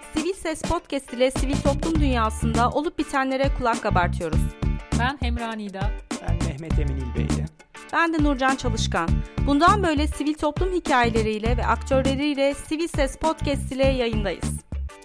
Sivil Ses Podcast ile sivil toplum dünyasında olup bitenlere kulak kabartıyoruz. Ben Hemra Nida. Ben Mehmet Emin İlbeyli. Ben de Nurcan Çalışkan. Bundan böyle sivil toplum hikayeleriyle ve aktörleriyle Sivil Ses Podcast ile yayındayız.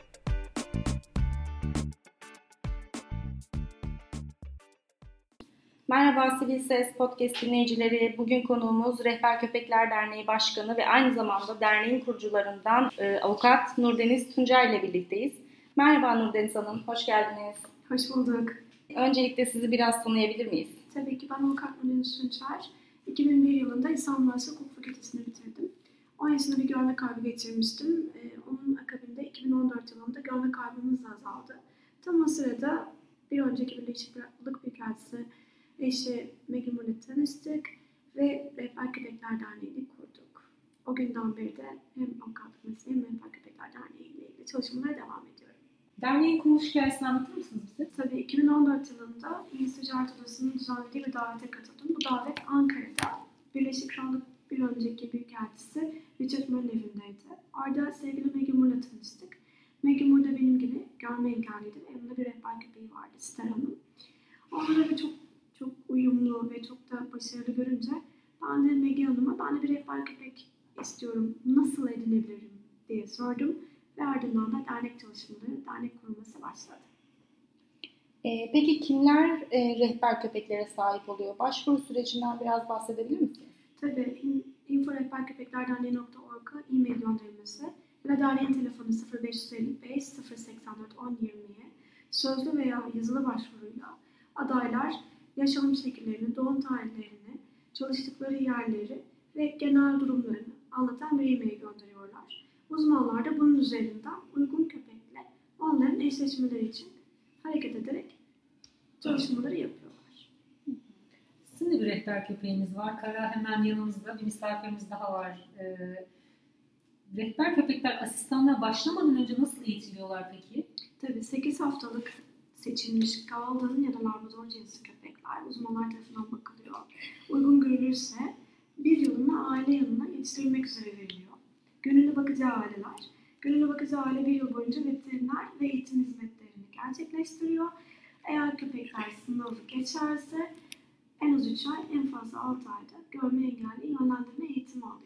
Merhaba Sivil Ses Podcast dinleyicileri. Bugün konuğumuz Rehber Köpekler Derneği Başkanı ve aynı zamanda derneğin kurucularından Avukat Nurdeniz Tuncay ile birlikteyiz. Merhaba Nurdeniz Hanım, hoş geldiniz. Hoş bulduk. Öncelikle sizi biraz tanıyabilir miyiz? Tabii ki ben Avukat Nurdeniz Tuncay. 2001 yılında İstanbul Üniversitesi Hukuk Fakültesini bitirdim. 10 yaşında bir görme kaybı geçirmiştim. Onun akabinde 2014 yılında görme kaybımız da azaldı. Tam o sırada bir önceki Birleşiklik Büyükelçisi eşi Maggie Muller'le tanıştık ve Rehber Köpekler Derneği'ni kurduk. O günden beri de hem avukatlık mesleği hem Rehber Köpekler Derneği ile ilgili çalışmalara devam ediyorum. Derneğin kuruluş hikayesini anlatır mısınız bize? Tabii 2014 yılında İngiliz Ticaret Odası'nın düzenlediği bir davete katıldım. Bu davet Ankara'da. Birleşik Krallık bir önceki Büyükelçisi Richard Muller'ın evindeydi. Orada sevgili Maggie Muller'la tanıştık. Maggie Muller da benim gibi görme engelliydi ve yanında bir rehber köpeği vardı, Ster Hanım. Onları çok uyumlu ve çok da başarılı görünce ben de Maggie Hanım'a ben de bir rehber köpek istiyorum, nasıl edinebilirim diye sordum ve ardından da dernek çalışmaları, dernek kurulması başladı. Peki kimler rehber köpeklere sahip oluyor? Başvuru sürecinden biraz bahsedebilir misiniz? Tabii info.rehberköpeklerderneği.org'a e-mail gönderilmesi ve derneğin telefonu 0555 084 1020'ye sözlü veya yazılı başvuruyla adaylar yaşam şekillerini, doğum tarihlerini, çalıştıkları yerleri ve genel durumlarını anlatan bir e-mail gönderiyorlar. Uzmanlar da bunun üzerinden uygun köpekle onların eşleşmeleri için hareket ederek çalışmaları yapıyorlar. Sizin de bir rehber köpeğiniz var. Kara hemen yanımızda. Bir misafirimiz daha var. Rehber köpekler asistanlığa başlamadan önce nasıl eğitiliyorlar peki? Tabii 8 haftalık seçilmiş Golden ya da Labrador cinsi köpekler uzmanlar tarafından bakılıyor. Uygun görülürse bir yılına aile yanına yetiştirilmek üzere veriliyor. Gönüllü bakıcı aileler. Gönüllü bakıcı aile bir yıl boyunca veteriner ve eğitim hizmetlerini gerçekleştiriyor. Eğer köpekler sınavı geçerse en az 3 ay, en fazla 6 ayda görme engelli yönlendirme eğitimi alıyor.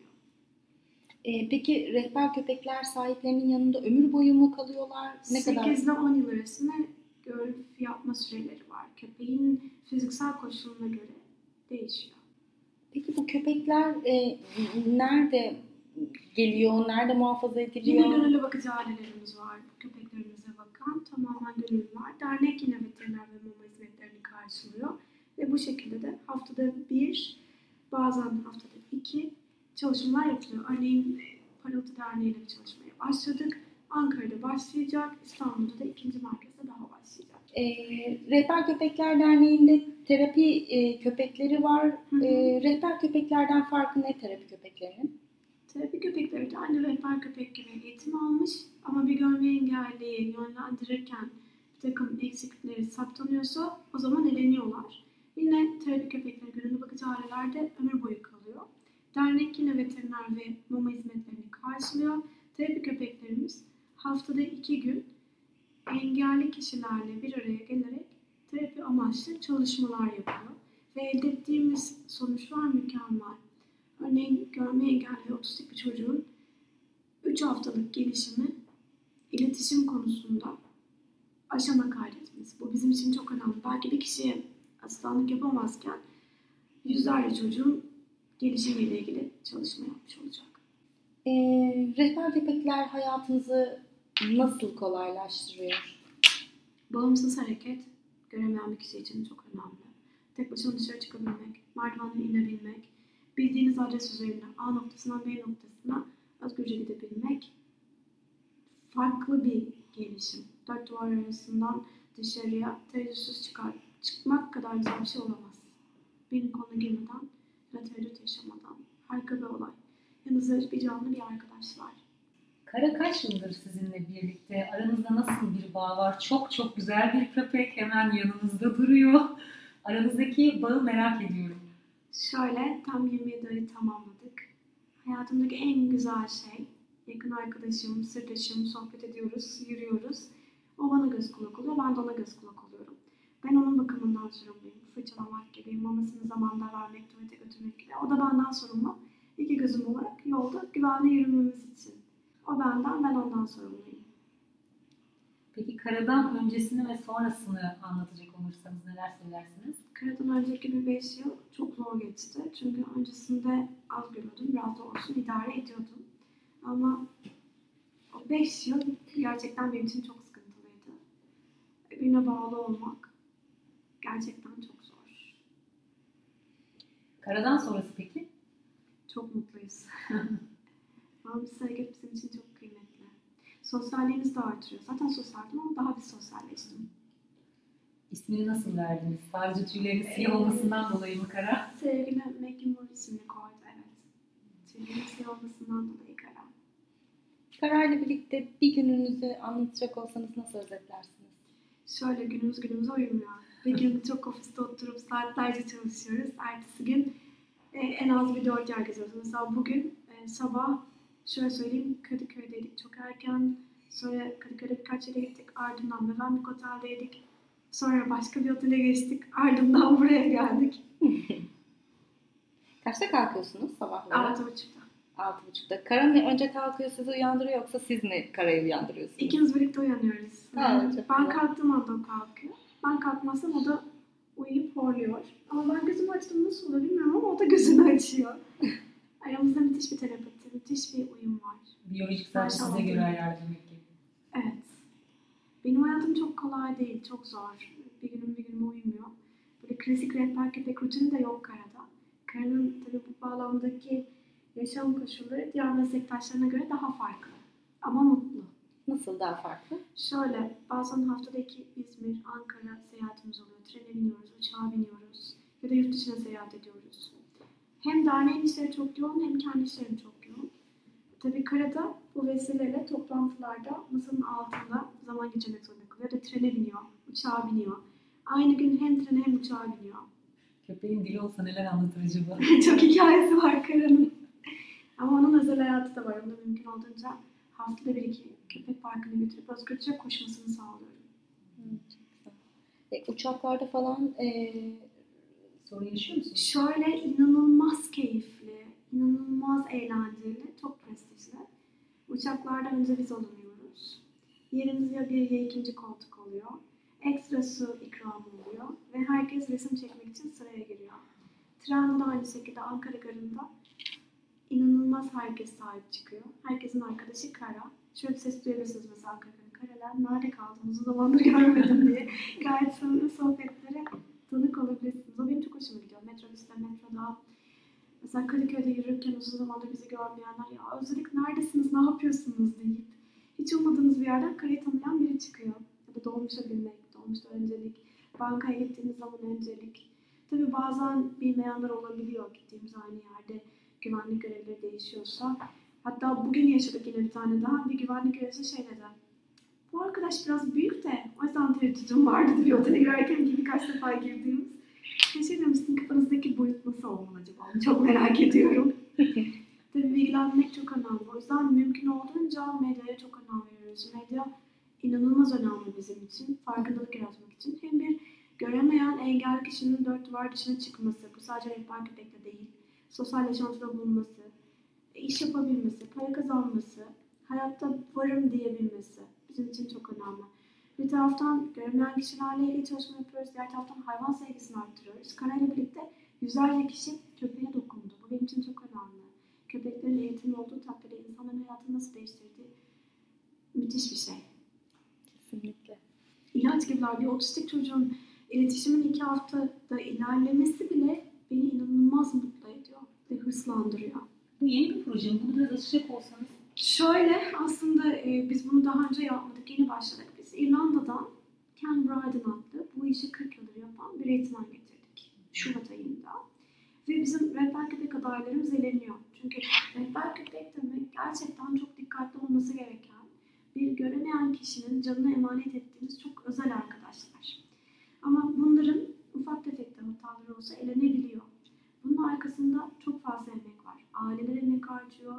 Peki rehber köpekler sahiplerinin yanında ömür boyu mu kalıyorlar? Ne 8 ile 10 yıl arasında görüp yapma süreleri var. Köpeğin fiziksel koşuluna göre değişiyor. Peki bu köpekler nerede geliyor, nerede muhafaza ediliyor? Yine gönüllü bakıcı ailelerimiz var. Bu köpeklerimize bakan tamamen gönüllüler. Dernek yine veteriner ve mama hizmetlerini karşılıyor. Ve bu şekilde de haftada 1, bazen haftada 2 çalışmalar yapılıyor. Örneğin Parıltı Derneği ile bir çalışmaya başladık. Ankara'da başlayacak, İstanbul'da da 2. merkezde daha başlayacak. Rehber Köpekler Derneği'nde terapi köpekleri var. Rehber köpeklerden farkı ne terapi köpeklerinin? Terapi köpekleri de aynı rehber köpek gibi eğitim almış ama bir görme engelliyi yönlendirirken bir takım eksiklikleri saptanıyorsa o zaman eleniyorlar. Yine terapi köpekleri gönüllü bakıcı ailelerde ömür boyu kalıyor. Dernek yine veteriner ve mama hizmetlerini karşılıyor. Terapi köpeklerimiz haftada 2 gün engelli kişilerle bir araya gelerek terapi amaçlı çalışmalar yapıyor. Ve elde ettiğimiz sonuçlar mükemmel. Örneğin görme engelli ve otistik bir çocuğun 3 haftalık gelişimi iletişim konusunda aşama kaydetmesi. Bu bizim için çok önemli. Belki bir kişiye asistanlık yapamazken yüzlerce çocuğun gelişimiyle ilgili çalışma yapmış olacak. Rehber köpekler hayatınızı nasıl kolaylaştırıyor? Bağımsız hareket göremeyen bir kişi için çok önemli. Tek başına dışarı çıkabilmek, merdivenle inebilmek, bildiğiniz adres üzerinden A noktasından B noktasına özgürce gidebilmek farklı bir gelişim. 4 duvar arasından dışarıya tereddütsüz çıkmak kadar güzel bir şey olamaz. Birinin koluna girmeden ve tereddüt yaşamadan harika bir olay. Yanınızda bir canlı bir arkadaş var. Kara kaç yıldır sizinle birlikte? Aranızda nasıl bir bağ var? Çok çok güzel bir köpek hemen yanınızda duruyor. Aranızdaki bağı merak ediyorum. Şöyle tam 27 ayı tamamladık. Hayatımdaki en güzel şey yakın arkadaşım, sırdaşım, sohbet ediyoruz, yürüyoruz. O bana göz kulak oluyor, ben de ona göz kulak oluyorum. Ben onun bakımından sorumluyum. Fırçalamak gibi, mamasını zamanında vermek, tuvalete götürmek gibi. O da benden sorumlu. İki gözüm olarak yolda güvenli yürümemiz için. O benden, ben ondan sorumluyum. Peki karadan öncesini ve sonrasını anlatacak olursanız neler söylersiniz? Karadan önceki bir 5 yıl çok zor geçti. Çünkü öncesinde az görüyordum, biraz da olsun idare ediyordum. Ama o 5 yıl gerçekten benim için çok sıkıntılıydı. Birine bağlı olmak gerçekten çok zor. Karadan sonrası peki? Çok mutluyuz. Ama bir sevgi bizim için çok kıymetli. Sosyalliğimiz de artırıyor. Zaten sosyaldim ama daha bir sosyalleştim. İsmini nasıl verdiniz? Sadece tüylerinin siyah olmasından dolayı mı Kara? Sevgili Maggie Moore ismini koydu, evet. Tüylerin siyah olmasından dolayı Kara. Karayla birlikte bir gününüzü anlatacak olsanız nasıl özetlersiniz? Şöyle günümüz günümüze uymuyor. Bir gün çok ofiste oturup saatlerce çalışıyoruz. Ertesi gün en az bir 4 yer geziyoruz. Mesela bugün sabah şöyle söyleyeyim, Kadıköy'deydik çok erken. Sonra Kadıköy'de birkaç yere gittik. Ardından Bevendik Otel'deydik. Sonra başka bir otele geçtik. Ardından buraya geldik. Kaçta kalkıyorsunuz sabahları? 6.30'da. 6.30'da. Kara mı önce kalkıyor, sizi uyandırıyor yoksa siz mi Kara'yı uyandırıyorsunuz? İkimiz birlikte uyanıyoruz. Ha, çok Ben güzel. kalktığım anda o kalkıyor. Ben kalkmazsam o da uyuyup horluyor. Ama ben gözümü açtım nasıl olur bilmiyorum ama o da gözünü açıyor. Aramızda müthiş bir telepati, müthiş bir uyum var. Biyolojik saat Maşallah size göre değil. ayarlamak gibi. Evet. Benim hayatım çok kolay değil, çok zor. Bir günüm bir günüme uymuyor. Böyle klasik rehber köpek rutini de yok Kara'da. Kara'nın tabii bu bağlamdaki yaşam koşulları diğer meslektaşlarına göre daha farklı. Ama mutlu. Nasıl daha farklı? Şöyle, bazen haftadaki İzmir, Ankara seyahatimiz oluyor. Trene biniyoruz, uçağa biniyoruz ya da yurt dışına seyahat ediyoruz. Hem derneğin işleri çok yoğun hem kendi işlerim çok yoğun. Tabii Karada bu vesileyle toplantılarda masanın altında zaman geçirmek zorunda kalıyor. Ya da trene biniyor, uçağa biniyor. Aynı gün hem trene hem uçağa biniyor. Köpeğin dili olsa neler anlatır acaba? Çok hikayesi var Kara'nın. Ama onun özel hayatı da var. Onu da mümkün olduğunca haftada bir iki köpek parkına götürüp özgürce koşmasını sağlıyorum. Çok güzel. Uçaklarda falan Sorun yaşıyor musunuz? Şöyle inanılmaz keyifli, inanılmaz eğlenceli, çok prestijli. Uçaklarda önce biz alınıyoruz. Yerimiz ya bir ya ikinci koltuk oluyor. Ekstra su ikramı oluyor ve herkes resim çekmek için sıraya giriyor. Trende de aynı şekilde Ankara Garı'nda inanılmaz herkes sahip çıkıyor. Herkesin arkadaşı Kara. Şöyle bir ses duyabilirsiniz mesela Ankara'nın Karalar nerede kaldın uzun zamandır görmedim diye. Gayet samimi sohbetlere tanık olabilirsiniz. O benim çok hoşuma gidiyor. Metrobüste, metroda. Mesela Kadıköy'de yürürken uzun zamandır bizi görmeyenler ya özledik neredesiniz, ne yapıyorsunuz deyip hiç ummadığınız bir yerden Kara'yı tanıyan biri çıkıyor. Ya da dolmuşa binmek, dolmuşta öncelik, bankaya gittiğimiz zaman öncelik. Tabii bazen bilmeyenler olabiliyor gittiğimiz aynı yerde. Güvenlik görevleri değişiyorsa. Hatta bugün yaşadık yine bir tane daha. Bir güvenlik görevlisi şey dedi. Bu arkadaş biraz büyük de o yüzden tereddütüm vardı bir otele girerken ki birkaç defa girdiğimiz. Şey demişsin kafanızdaki boyut nasıl olmalı acaba? Onu çok merak ediyorum. Tabii bilgilenmek çok önemli. O yüzden mümkün olduğunca medyaya çok önem veriyoruz. Medya inanılmaz önemli bizim için. Farkındalık yaratmak için. Hem bir göremeyen engelli kişinin dört duvar dışına çıkması. Bu sadece rehber köpekle değil. Sosyal yaşantıda bulunması, iş yapabilmesi, para kazanması, hayatta varım diyebilmesi bizim için çok önemli. Bir taraftan göremeyen kişilerle ilgili çalışma yapıyoruz, diğer taraftan hayvan sevgisini arttırıyoruz. Karayla birlikte yüzlerce kişi köpeğe dokundu. Bu benim için çok önemli. Köpeklerin eğitimi olduğu takdirde insanların hayatını nasıl değiştirdiği müthiş bir şey. kesinlikle. İlaç gibiler. Bir otistik çocuğun iletişimin 2 haftada ilerlemesi bile beni inanılmaz mutlu ediyor ve hırslandırıyor. Bu yeni bir proje mi? Bunu biraz açacak olsanız. Şöyle aslında biz bunu daha önce yapmadık, yeni başladık. Biz İrlanda'dan Ken Bryden adlı bu işi 40 yıldır yapan bir eğitmen getirdik. Şubat ayında. Ve bizim rehber köpek adaylarımız eleniyor. Çünkü rehber köpek demek gerçekten çok dikkatli olması gereken bir göremeyen kişinin canına emanet ettiğimiz çok özel arkadaşlar. Ama bunların ufak tefek de hataları olsa elenebiliyor. Bunun arkasında çok fazla emek var. Aileler emek harcıyor,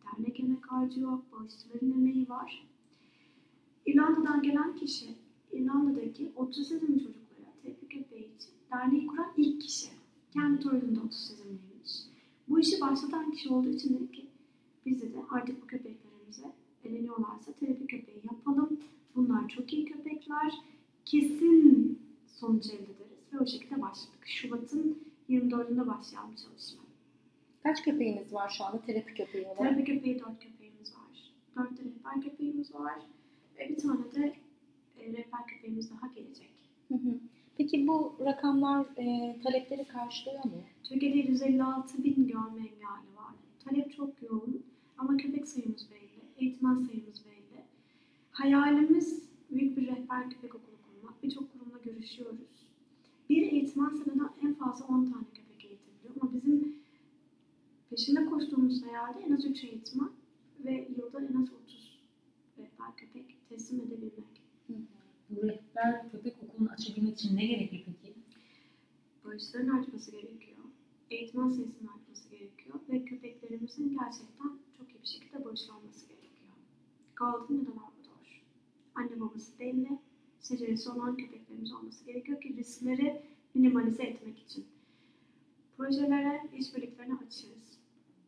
dernek emek harcıyor, bağışçıların emeği var. İrlanda'dan gelen kişi, İrlanda'daki otizmli çocuklara terapi köpeği için derneği kuran ilk kişi. Kendi torununda otizmliymiş. Bu işi başlatan kişi olduğu için dedi ki bizi de artık bu köpeklerimize eleniyorlarsa terapi köpeği yapalım. Bunlar çok iyi köpekler. Kesin sonuç elde ederiz. Ve o şekilde başladık. Şubat'ın 24'ünde başlayan bir çalışma. Kaç köpeğiniz var şu anda terapi köpeği olarak? Terapi köpeği 4 köpeğimiz var. 4 de rehber köpeğimiz var. Ve bir tane de rehber köpeğimiz daha gelecek. Hı hı. Peki bu rakamlar talepleri karşılıyor mu? Türkiye'de 156 bin görme engelli var. Talep çok yoğun ama köpek sayımız belli, eğitmen sayımız belli. Hayalimiz büyük bir rehber köpek okulu kurmak. Birçok kurumla görüşüyoruz. Bir eğitmen seneden en fazla 10 tane köpek eğitebiliyor ama bizim peşinde koştuğumuz hayalde en az 3 eğitmen ve yılda en az 30 rehber köpek teslim edebilmek. Hı hı. Bu rehber köpek okulunu açabilmek için ne gerekli peki? Bağışların artması gerekiyor. Eğitmen sayısının artması gerekiyor. Ve köpeklerimizin gerçekten çok iyi bir şekilde bağışlanması gerekiyor. Golden ya da Labrador. Anne babası belli. Seceresi olan köpeklerimiz olması gerekiyor ki riskleri minimalize etmek için. Projelere, işbirliklerine açığız.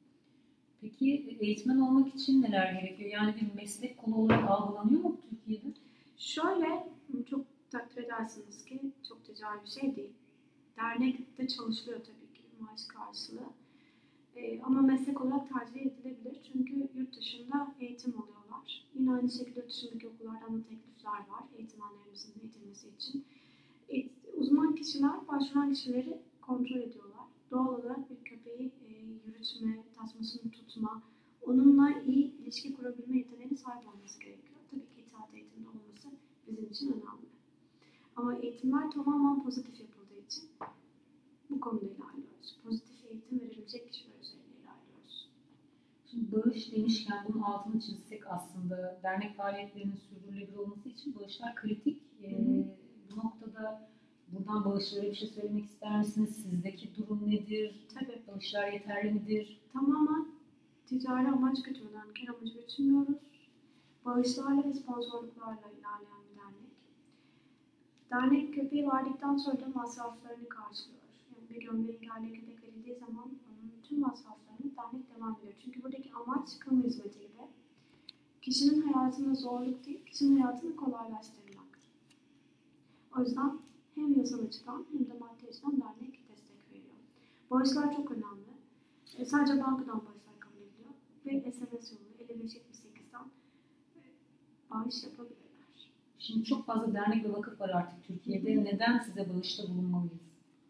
Peki eğitmen olmak için neler gerekiyor? Yani bir meslek kolu olarak algılanıyor mu Türkiye'de? Şöyle, çok takdir edersiniz ki çok ticari bir şey değil. Dernekte çalışılıyor tabii ki maaş karşılığı. Ama meslek olarak tercih edilebilir çünkü yurt dışında eğitim alıyorlar. Yine aynı şekilde yurt dışındaki okullardan da teklifler var eğitmenlerimizin eğitilmesi için. Uzman kişiler başvuran kişileri kontrol ediyorlar. Doğal olarak bir köpeği yürütme, tasmasını tutma, onunla iyi ilişki kurabilme yeteneğine sahip olması gerekiyor. Tabii ki itaat eğitimde olması bizim için önemli. Ama eğitimler tamamen pozitif yapıldığı için bu konuda ilerliyoruz. Pozitif eğitim verilecek kişiler üzerinde ilerliyoruz. Şimdi bağış demişken bunun altını çizsek aslında dernek faaliyetlerinin sürdürülebilir olması için bağışlar kritik. Bu noktada buradan bağışlara bir şey söylemek ister misiniz? Sizdeki durum nedir? Tabii. Bağışlar yeterli midir? Tamamen ticari amaç gütmeden kar amacı gütmüyoruz. Bağışlarla ve sponsorluklarla ilerleyen bir dernek. Dernek köpeği verdikten sonra da masraflarını karşılıyor. Yani bir gömleği engelli köpek verildiği zaman onun tüm masraflarını dernek devam ediyor. Çünkü buradaki amaç kamu hizmeti gibi. Kişinin hayatında zorluk değil, kişinin hayatını kolaylaştırmak. O yüzden hem yasal açıdan hem de maddi açıdan dernek destek veriyor. Bağışlar çok önemli. Sadece bankadan bağışlar kabul ediliyor ve SMS yoluyla 5578'den bağış yapabilirler. Şimdi çok fazla dernek ve vakıf var artık Türkiye'de. Neden size bağışta bulunmalıyız?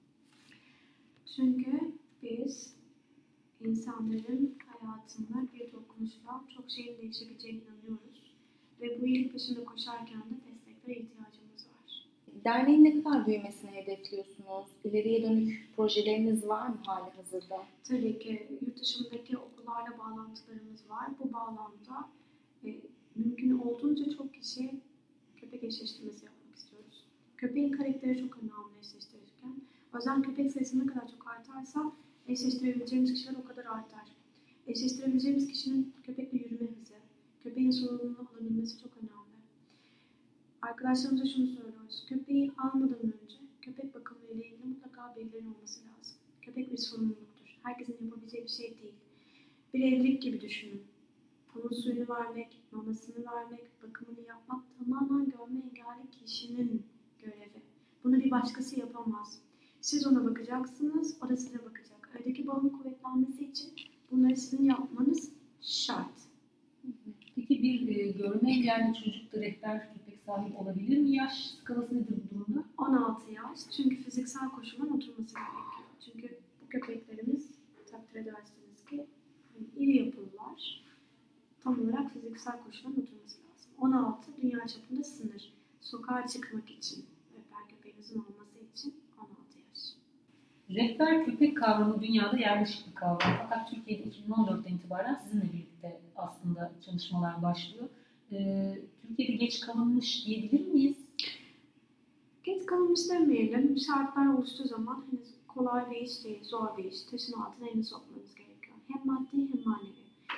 Çünkü biz insanların hayatında bir dokunuşla çok şeyin değişebileceğine inanıyoruz. Ve bu iyilik peşinde koşarken de desteklere ihtiyacımız var. Derneğin ne kadar büyümesini hedefliyorsunuz? İleriye dönük projeleriniz var mı hali hazırda? Tabii ki yurt dışındaki okullarla bağlantılarımız var. Bu bağlamda mümkün olduğunca çok kişiye köpek eşleştirmesi yapmak istiyoruz. Köpeğin karakteri çok önemli eşleştirirken. O yüzden köpek sayısı ne kadar çok artarsa eşleştirebileceğimiz kişiler o kadar artar. Eşleştirebileceğimiz kişinin köpekle yürüme hızı, köpeğin sorumluluğunu alabilmesi çok önemli. Arkadaşlarımıza şunu söylüyoruz. Köpeği almadan önce köpek bakımı ile ilgili mutlaka bilgilerin olması lazım. Köpek bir sorumluluktur. Herkesin yapabileceği bir şey değil. Bir evlilik gibi düşünün. Onun suyunu vermek, mamasını vermek, bakımını yapmak tamamen görme engelli kişinin görevi. Bunu bir başkası yapamaz. Siz ona bakacaksınız, o da size bakacak. Aradaki bağın kuvvetlenmesi için bunları sizin yapmanız şart. Peki bir görme engelli çocuk da rehber köpek sahibi olabilir mi? Yaş skalası nedir bu durumda? 16 yaş. Çünkü fiziksel koşulların oturması gerekiyor. Çünkü bu köpeklerimiz takdir edersiniz ki iri yapılılar. Tam olarak fiziksel koşulların oturması lazım. 16 dünya çapında sınır. Sokağa çıkmak için, rehber köpeğinizin olması için 16 yaş. Rehber köpek kavramı dünyada yerleşik bir kavram. Fakat Türkiye'de 2014'ten itibaren sizinle birlikte aslında çalışmalar başlıyor. Türkiye'de geç kalınmış diyebilir miyiz? Geç kalınmış demeyelim. Şartlar oluştuğu zaman henüz kolay bir iş değil, zor bir iş. Taşın altına elini sokmanız gerekiyor. Hem maddi hem manevi.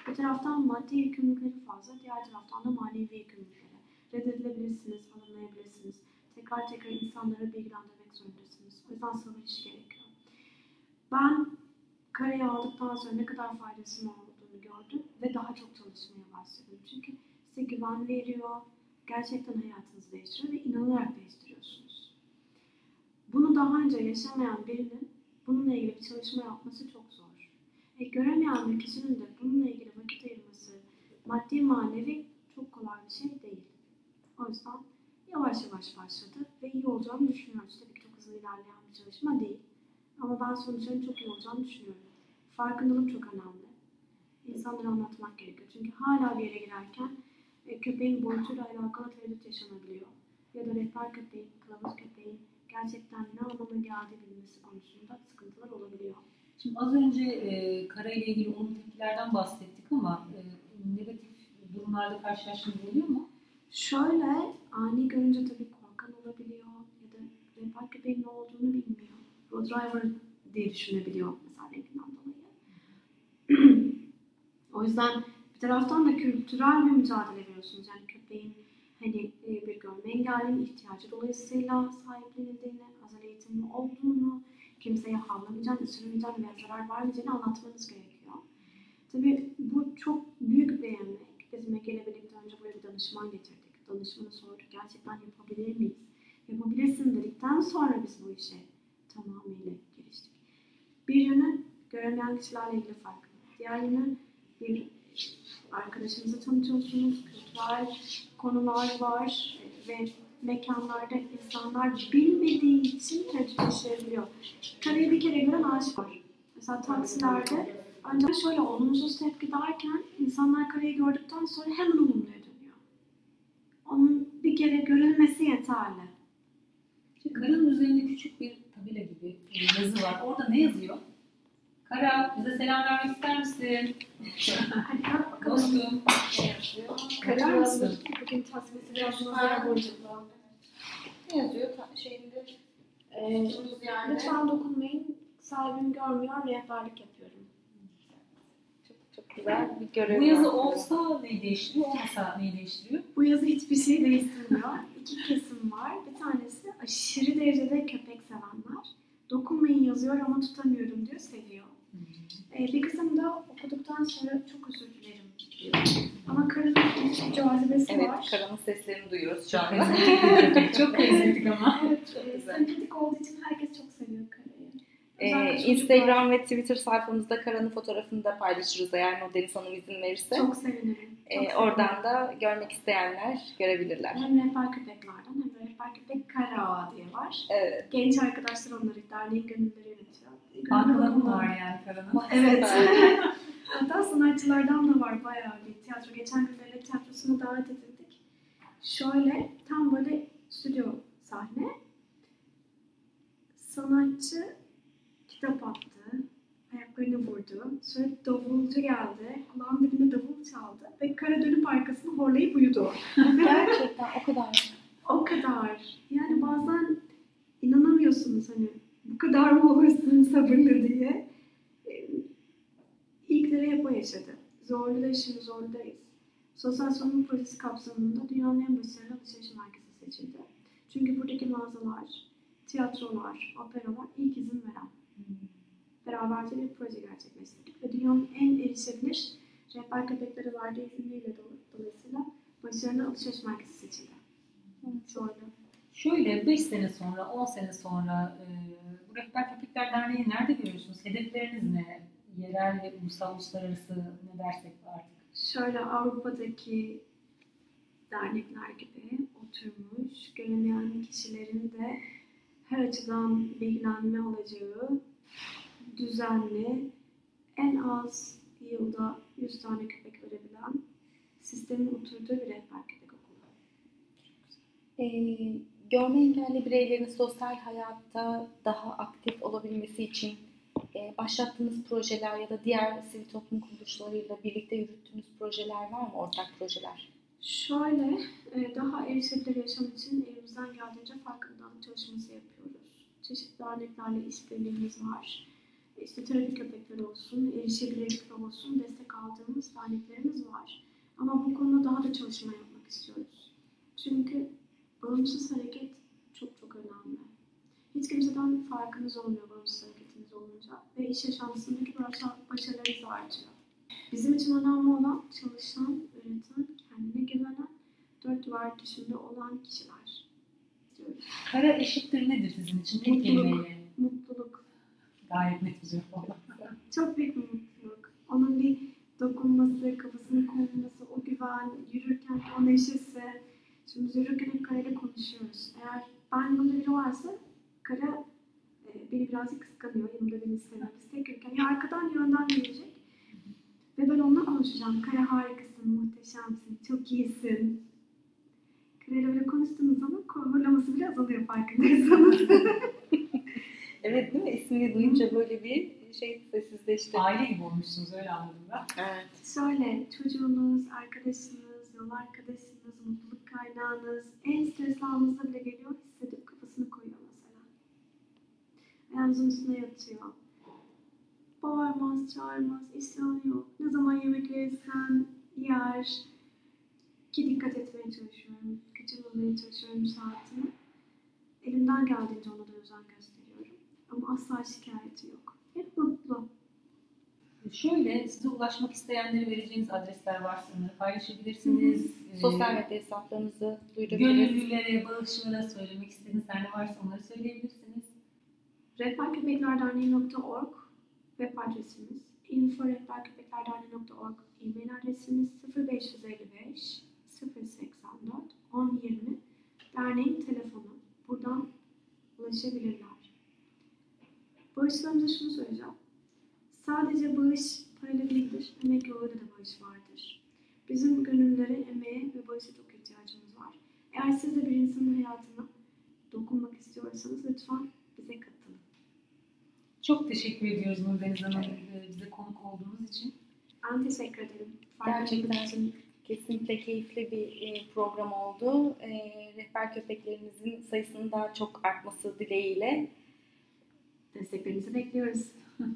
Bir taraftan maddi yükümlülükleri fazla, diğer taraftan da manevi yükümlülükleri. Reddedilebilirsiniz, alınmayabilirsiniz. Tekrar tekrar insanları bilgilendirmek zorundasınız. O yüzden sabır işi gerekiyor. Ben karayı aldıktan sonra ne kadar faydasının olduğunu gördüm ve daha çok çalışmaya başladım. Çünkü size güven veriyor, gerçekten hayatınızı değiştiriyor ve inanarak değiştiriyorsunuz. Bunu daha önce yaşamayan birinin bununla ilgili bir çalışma yapması çok zor. Göremeyen bir kişinin de bununla ilgili vakit ayırması, maddi manevi çok kolay bir şey değil. O yüzden yavaş yavaş başladı ve iyi olacağını düşünüyoruz. Tabii ki çok hızlı ilerleyen bir çalışma değil. Ama ben sonuçların çok iyi olacağını düşünüyorum. Farkındalık çok önemli. İnsanlara anlatmak gerekiyor. Çünkü hala bir yere girerken köpeğin boyutuyla alakalı tereddüt yaşanabiliyor. Ya da rehber köpeğin, kılavuz köpeğin gerçekten ne anlama geldiği bilmesi konusunda sıkıntılar olabiliyor. Şimdi az önce karayla ilgili olumlu tepkilerden bahsettik ama negatif durumlarda karşılaştığınız oluyor mu? Şöyle, ani görünce tabii korkan olabiliyor ya da rehber köpeğin ne olduğunu bilmiyor. Road driver diye düşünebiliyor mesela renginden dolayı. O yüzden bir taraftan da kültürel bir mücadele veriyorsunuz. Yani köpeğin hani bir görme engellinin ihtiyacı dolayısıyla sahiplenildiğini, özel eğitimli olduğunu, kimseye havlamayacağını, ısırmayacağını ve zarar vermeyeceğini anlatmanız gerekiyor. Tabii bu çok büyük bir emek. Biz Mege birlikte önce buraya bir danışman getirdik. Danışmanı sorduk. Gerçekten yapabilir miyiz? Yapabilirsin dedikten sonra biz bu işe tamamıyla giriştik. Bir yönü göremeyen kişilerle ilgili farklı. Diğer yönü bir arkadaşınızı tanıtıyorsunuz. Kültürel konular var ve mekanlarda insanlar bilmediği için tereddüt yaşayabiliyor. Karayı bir kere gören aşık var. Mesela taksilerde ancak şöyle olumsuz tepki derken insanlar karayı gördükten sonra hemen olumluya dönüyor. Onun bir kere görülmesi yeterli. Şimdi karanın üzerinde küçük bir tabela gibi bir yazı var. Orada ne yazıyor? Kara, bize selam vermek ister misin? Hadi kalk bakalım. Dostum. Karar mısın? Bugün tasması biraz nazar boyunca. Ne yazıyor şeyinde? Lütfen dokunmayın. Sahibim görmüyor, rehberlik yapıyorum. Çok güzel bir görev. Bu yazı olsa neyi değiştiriyor, olmasa neyi değiştiriyor? Bu yazı hiçbir şey değiştirmiyor. İki kesim var. Bir tanesi aşırı derecede köpek sevenler. Dokunmayın yazıyor ama tutamıyorum diyor, seviyor. Bir kısım da okuduktan sonra çok özür dilerim diyor. Ama karının bir cazibesi Evet, var. karanın seslerini duyuyoruz şu anda. Çok özledik ama. Evet, sempatik olduğu için herkes çok seviyor karayı. Özellikle Instagram ve Twitter sayfamızda Karan'ın fotoğrafını da paylaşırız eğer Nurdeniz Hanım izin verirse. çok sevinirim. Oradan da görmek isteyenler görebilirler. Hem rehber köpeklerden hem de rehber köpek kara diye var. Evet. Genç arkadaşlar onları derneğin gönülleri yönetiyor. Bankalarım var yani karanın. Evet. Hatta sanatçılardan da var bayağı bir tiyatro. Geçen gün devlet tiyatrosuna davet edildik. Şöyle tam böyle stüdyo sahne. Sanatçı kitap attı. Ayaklarını vurdu. Sonra davulcu geldi. Kulağın dibinde davul çaldı. Ve kara dönüp arkasını horlayıp uyudu. Gerçekten o kadar. O kadar. Yani bazen inanamıyorsunuz hani bu kadar mı olursun sabırlı diye. İlkleri hep o yaşadı. Zorlu'da şimdi Zorlu'dayız. Sosyal sorumluluk projesi kapsamında dünyanın en başarılı alışveriş merkezi seçildi. Çünkü buradaki mağazalar, tiyatrolar, operalar ilk izin veren. Beraberce bir proje gerçekleştirdik ve dünyanın en erişebilir rehber köpeklere verdiği izniyle dolayısıyla başarılı alışveriş merkezi seçildi. Zorlu. Şöyle 5 sene sonra, 10 sene sonra bu Rehber Köpekler Derneği'ni nerede görüyorsunuz? Hedefleriniz ne? Yerel ve uluslararası ne dersek artık. Şöyle Avrupa'daki dernekler gibi oturmuş, göremeyen kişilerin de her açıdan bilgilenme olacağı düzenli, en az yılda 100 tane köpek verebilen sistemin oturduğu bir rehber köpek okulu. Görme engelli bireylerin sosyal hayatta daha aktif olabilmesi için başlattığınız projeler ya da diğer sivil toplum kuruluşlarıyla birlikte yürüttüğünüz projeler var mı? Ortak projeler? Şöyle, daha erişebilir yaşam için elimizden geldiğince farkındalık çalışması yapıyoruz. Çeşitli derneklerle işbirliğimiz var. İşte terapi köpekleri olsun, erişebilirlik olsun destek aldığımız faaliyetlerimiz var. Ama bu konuda daha da çalışma yapmak istiyoruz. Çünkü bağımsız hareket çok çok önemli. Hiç kimseden farkınız olmuyor bağımsız hareketiniz olunca ve iş yaşantısındaki başarılarınız artıyor. Bizim için önemli olan çalışan, üreten, kendine güvenen, dört duvar dışında olan kişiler diyoruz. Kara eşittir nedir sizin için? Tek kelimeyle. Mutluluk. Gayet net bir cevap oldu. Çok büyük bir mutluluk. Onun bir dokunması, kafasını koyması, o güven, yürürken o neşesi. Şimdi biz yürürken hep Kara'yla konuşuyoruz. Eğer ben yanımda biri varsa Kara beni birazcık kıskanıyor. Yanımda beni istemiyor. Biz tek yürürken ya arkadan ya önden gelecek. Ve ben onunla konuşacağım. Kara harikasın, muhteşemsin, çok iyisin. Kara'yla böyle konuştuğunuz zaman horlaması bile azalıyor farkındaysanız. Evet değil mi? İsmini duyunca böyle bir sessizleşti. Aile gibi olmuşsunuz, öyle anladım ben. Evet. Şöyle, çocuğunuz, arkadaşınız, yol arkadaşınız, mutluluk kaynağınız, en stresli anınızda bile geliyor, hissedip kafasını koyuyor mesela. Ayağınızın üstüne yatıyor. Bağırmaz, çağırmaz, isyan yok. Ne zaman yemek verirsen yer. Ki dikkat etmeye çalışıyorum, kaçırmamaya çalışıyorum saatimi. Elimden geldiğince ona da özen gösteriyorum. Ama asla şikayeti yok. Hep mutlu. Şöyle, size ulaşmak isteyenlere vereceğiniz adresler varsa onları paylaşabilirsiniz. Sosyal medya hesaplarınızı duyurabiliriz. Gönüllülere, bağışçılara söylemek istediğiniz her ne varsa onları söyleyebilirsiniz. rehberköpeklerderneği.org web adresimiz, info@rehberköpeklerderneği.org e-mail adresimiz, 0555 084 1020 derneğin telefonu. Buradan ulaşabilirler. Bağışlarımıza şunu söyleyeceğim. Sadece bağış parayla değildir. Emek yoluyla da bağış vardır. Bizim gönüllülere, emeğe ve bağışa çok ihtiyacımız var. Eğer siz de bir insanın hayatına dokunmak istiyorsanız lütfen bize katılın. Çok teşekkür ediyoruz Nurdeniz Hanım bize konuk olduğunuz için. Ben teşekkür ederim. Gerçekten kesinlikle keyifli bir program oldu. Rehber köpeklerimizin sayısının daha çok artması dileğiyle. Desteklerinizi bekliyoruz.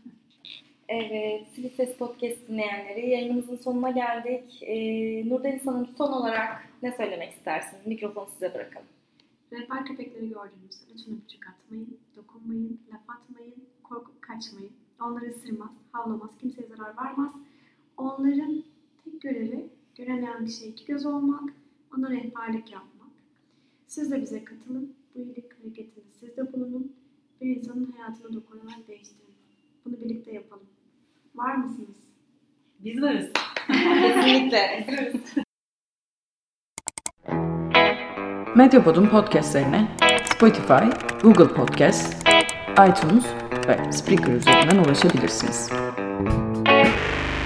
Evet, Sivil Ses Podcast dinleyenleri, yayınımızın sonuna geldik. Nurdeniz Hanım, son olarak ne söylemek istersiniz? Mikrofonu size bırakalım. Rehber köpekleri gördüğünüzde lütfen öpücük atmayın, dokunmayın, laf atmayın, korkup kaçmayın. Onları ısırmaz, havlamaz, kimseye zarar vermez. Onların tek görevi, göremeyen bir şey iki göz olmak, ona rehberlik yapmak. Siz de bize katılın, bu iyilik hareketinde siz de bulunun. Bir insanın hayatına dokunarak değiştirin. Bunu birlikte yapalım. Var mısınız? Biz varız. Kesinlikle. Medyapod'un podcastlerine Spotify, Google Podcast, iTunes ve Spreaker üzerinden ulaşabilirsiniz.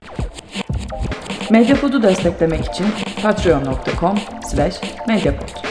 Medyapod'u desteklemek için patreon.com/medyapod.